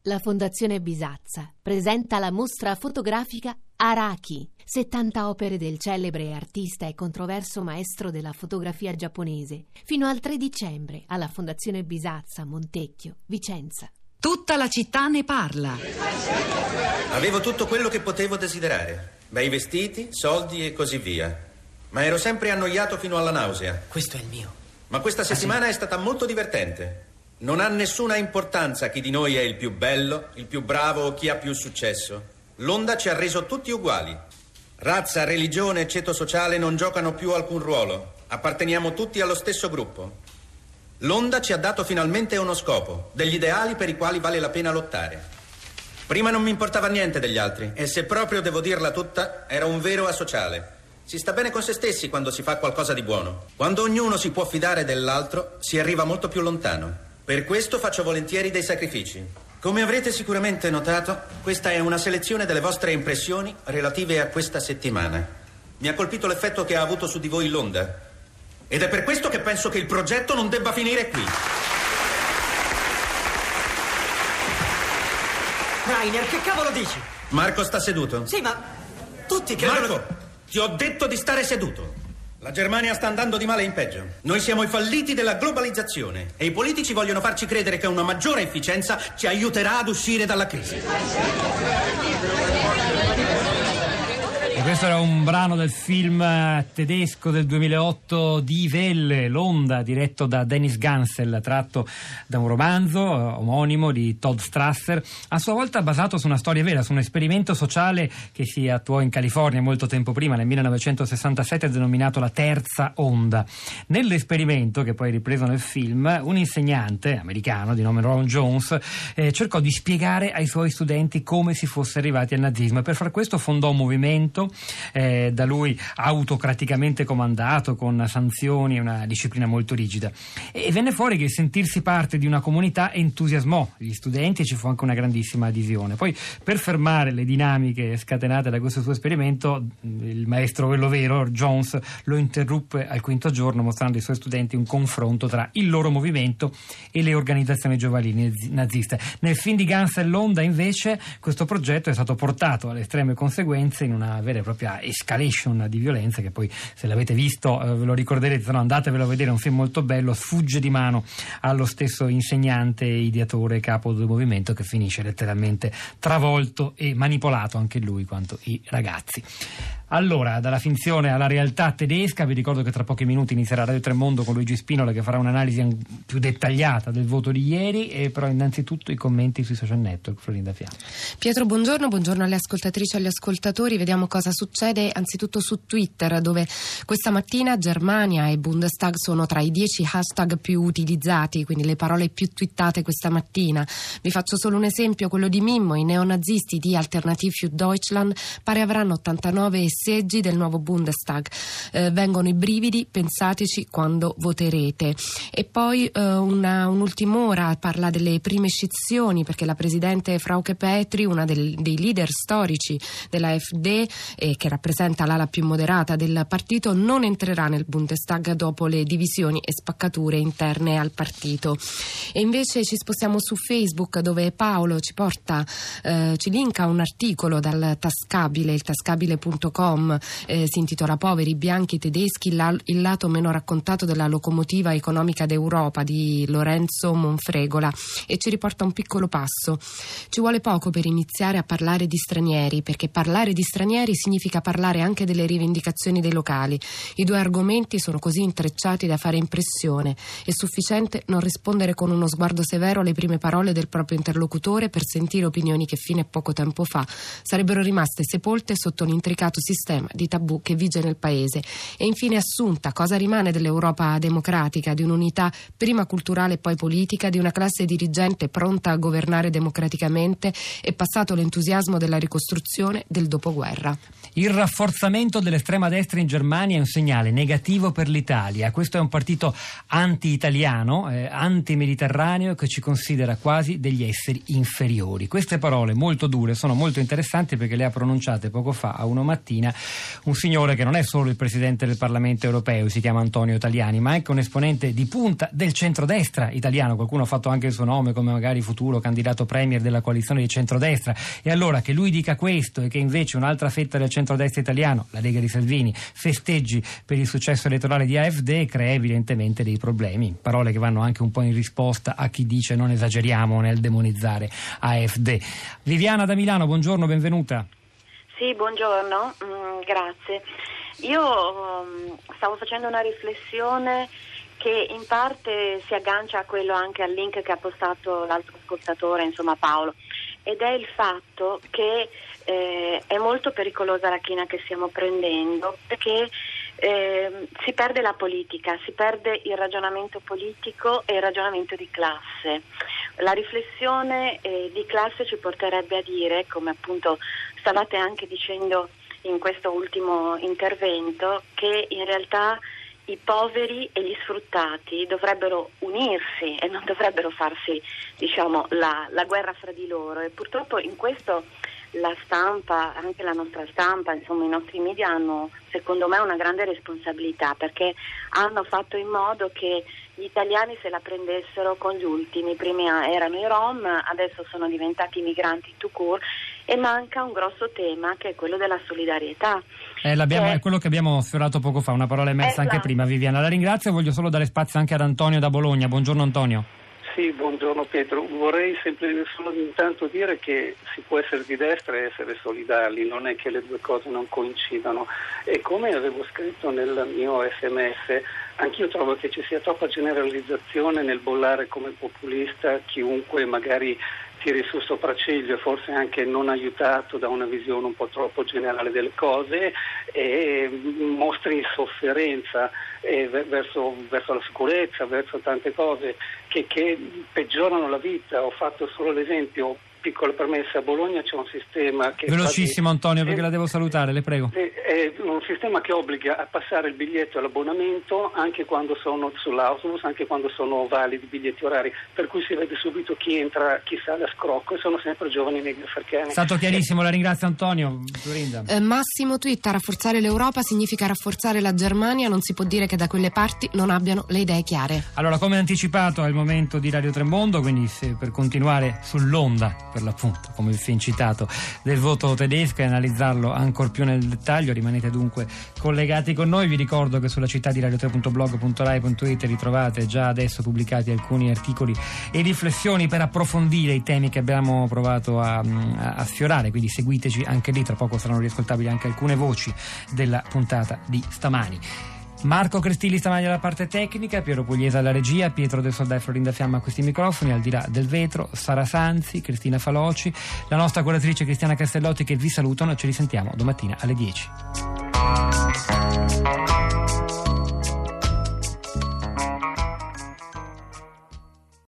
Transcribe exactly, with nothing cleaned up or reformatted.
La Fondazione Bisazza presenta la mostra fotografica Araki, settanta opere del celebre artista e controverso maestro della fotografia giapponese, fino al tre dicembre alla Fondazione Bisazza, Montecchio, Vicenza. Tutta la città ne parla. Avevo tutto quello che potevo desiderare. Bei vestiti, soldi e così via. Ma ero sempre annoiato fino alla nausea. Questo è il mio. Ma questa settimana ah, sì. è stata molto divertente. Non ha nessuna importanza chi di noi è il più bello, il più bravo o chi ha più successo. L'onda ci ha reso tutti uguali. Razza, religione e ceto sociale non giocano più alcun ruolo. Apparteniamo tutti allo stesso gruppo. L'onda ci ha dato finalmente uno scopo, degli ideali per i quali vale la pena lottare. Prima non mi importava niente degli altri e se proprio devo dirla tutta, era un vero asociale. Si sta bene con se stessi quando si fa qualcosa di buono. Quando ognuno si può fidare dell'altro, si arriva molto più lontano. Per questo faccio volentieri dei sacrifici. Come avrete sicuramente notato, questa è una selezione delle vostre impressioni relative a questa settimana. Mi ha colpito l'effetto che ha avuto su di voi l'onda. Ed è per questo che penso che il progetto non debba finire qui. Rainer, che cavolo dici? Marco sta seduto. Sì, ma tutti credono... Marco, ti ho detto di stare seduto. La Germania sta andando di male in peggio. Noi siamo i falliti della globalizzazione e i politici vogliono farci credere che una maggiore efficienza ci aiuterà ad uscire dalla crisi. E questo era un brano del film tedesco del duemilaotto Die Welle, L'Onda, diretto da Dennis Gansel, tratto da un romanzo omonimo di Todd Strasser, a sua volta basato su una storia vera, su un esperimento sociale che si attuò in California molto tempo prima, nel millenovecentosessantasette, denominato la terza onda. Nell'esperimento, che poi è ripreso nel film, un insegnante americano di nome Ron Jones eh, cercò di spiegare ai suoi studenti come si fosse arrivati al nazismo e per far questo fondò un movimento Eh, da lui autocraticamente comandato, con sanzioni e una disciplina molto rigida, e venne fuori che sentirsi parte di una comunità entusiasmò gli studenti e ci fu anche una grandissima adesione. Poi, per fermare le dinamiche scatenate da questo suo esperimento, il maestro, quello vero, Jones, lo interruppe al quinto giorno mostrando ai suoi studenti un confronto tra il loro movimento e le organizzazioni giovanili naziste. Nel film di Gansel, L'Onda, invece, questo progetto è stato portato alle estreme conseguenze in una vera e propria escalation di violenza che poi, se l'avete visto, eh, ve lo ricorderete, se no andatevelo a vedere, è un film molto bello, sfugge di mano allo stesso insegnante, ideatore, capo del movimento, che finisce letteralmente travolto e manipolato anche lui quanto i ragazzi. Allora, dalla finzione alla realtà tedesca, vi ricordo che tra pochi minuti inizierà Radio Tremondo con Luigi Spinola, che farà un'analisi più dettagliata del voto di ieri, e però innanzitutto i commenti sui social network. Florinda Fiamma. Pietro, buongiorno, buongiorno alle ascoltatrici e agli ascoltatori. Vediamo cosa succede anzitutto su Twitter, dove questa mattina Germania e Bundestag sono tra i dieci hashtag più utilizzati, quindi le parole più twittate questa mattina. Vi faccio solo un esempio, quello di Mimmo: i neonazisti di Alternative für Deutschland pare avranno ottantanove seggi del nuovo Bundestag. Eh, vengono i brividi, pensateci quando voterete. E poi eh, una, un'ultima ora parla delle prime scissioni, perché la presidente Frauke Petry, una del, dei leader storici della F D, eh, che rappresenta l'ala più moderata del partito, non entrerà nel Bundestag dopo le divisioni e spaccature interne al partito. E invece ci spostiamo su Facebook, dove Paolo ci porta, eh, ci linka un articolo dal Tascabile, il tascabile punto com. Eh, si intitola Poveri bianchi tedeschi, la, il lato meno raccontato della locomotiva economica d'Europa, di Lorenzo Monfregola, e ci riporta un piccolo passo. Ci vuole poco per iniziare a parlare di stranieri, perché parlare di stranieri significa parlare anche delle rivendicazioni dei locali. I due argomenti sono così intrecciati da fare impressione. È sufficiente non rispondere con uno sguardo severo alle prime parole del proprio interlocutore per sentire opinioni che fino a poco tempo fa sarebbero rimaste sepolte sotto l'intricato sistema di tabù che vige nel paese. E infine Assunta: cosa rimane dell'Europa democratica, di un'unità prima culturale e poi politica, di una classe dirigente pronta a governare democraticamente e passato l'entusiasmo della ricostruzione del dopoguerra? Il rafforzamento dell'estrema destra in Germania è un segnale negativo per l'Italia. Questo è un partito anti-italiano, eh, anti-mediterraneo, che ci considera quasi degli esseri inferiori. Queste parole molto dure sono molto interessanti perché le ha pronunciate poco fa a Uno Mattina Bologna un signore che non è solo il presidente del Parlamento europeo, si chiama Antonio Tajani, ma anche un esponente di punta del centrodestra italiano. Qualcuno ha fatto anche il suo nome come magari futuro candidato premier della coalizione di centrodestra. E allora che lui dica questo e che invece un'altra fetta del centrodestra italiano, la Lega di Salvini, festeggi per il successo elettorale di A F D, crea evidentemente dei problemi. Parole che vanno anche un po' in risposta a chi dice non esageriamo nel demonizzare A F D. Viviana da Milano, buongiorno, benvenuta. Sì, buongiorno, mm, grazie. Io um, stavo facendo una riflessione che in parte si aggancia a quello, anche al link che ha postato l'altro ascoltatore, insomma Paolo, ed è il fatto che eh, è molto pericolosa la china che stiamo prendendo, perché eh, si perde la politica, si perde il ragionamento politico e il ragionamento di classe. La riflessione eh, di classe ci porterebbe a dire, come appunto stavate anche dicendo in questo ultimo intervento, che in realtà i poveri e gli sfruttati dovrebbero unirsi e non dovrebbero farsi, diciamo, la, la guerra fra di loro, e purtroppo in questo la stampa, anche la nostra stampa, insomma i nostri media hanno secondo me una grande responsabilità, perché hanno fatto in modo che gli italiani se la prendessero con gli ultimi. Prima erano i Rom, adesso sono diventati i migranti tout court, e manca un grosso tema che è quello della solidarietà. Eh, l'abbiamo, che... È quello che abbiamo sfiorato poco fa, una parola emersa esatto. Anche prima, Viviana. La ringrazio, voglio solo dare spazio anche ad Antonio da Bologna. Buongiorno Antonio. Sì, buongiorno Pietro. Vorrei sempre solo intanto dire che si può essere di destra e essere solidali, non è che le due cose non coincidano. E come avevo scritto nel mio S M S, anch'io trovo che ci sia troppa generalizzazione nel bollare come populista chiunque magari tiri su sopracciglio, forse anche non aiutato da una visione un po' troppo generale delle cose, e mostri sofferenza eh, verso, verso la sicurezza, verso tante cose che, che peggiorano la vita. Ho fatto solo l'esempio, piccola premessa, a Bologna c'è un sistema che... Velocissimo di, Antonio, perché eh, la devo salutare, le prego. È, è un sistema che obbliga a passare il biglietto e l'abbonamento anche quando sono sull'autobus, anche quando sono validi biglietti orari, per cui si vede subito chi entra, chi sale a scrocco, e sono sempre giovani negri africani. È stato chiarissimo, la ringrazio Antonio. Eh, Massimo Twitta, rafforzare l'Europa significa rafforzare la Germania, non si può dire che da quelle parti non abbiano le idee chiare. Allora, come anticipato, è il momento di Radio Tremondo, quindi se, per continuare sull'onda, per l'appunto, come il film citato, del voto tedesco e analizzarlo ancor più nel dettaglio, rimanete dunque collegati con noi. Vi ricordo che sulla città di radio tre punto blog punto rai punto it ritrovate già adesso pubblicati alcuni articoli e riflessioni per approfondire i temi che abbiamo provato a, a, a sfiorare, quindi seguiteci anche lì, tra poco saranno riascoltabili anche alcune voci della puntata di stamani. Marco Crestilli stamani alla parte tecnica, Piero Pugliese alla regia, Pietro del Soldà e Florinda Fiamma a questi microfoni, al di là del vetro Sara Sanzi, Cristina Faloci, la nostra curatrice Cristiana Castellotti, che vi salutano e ci risentiamo domattina alle dieci.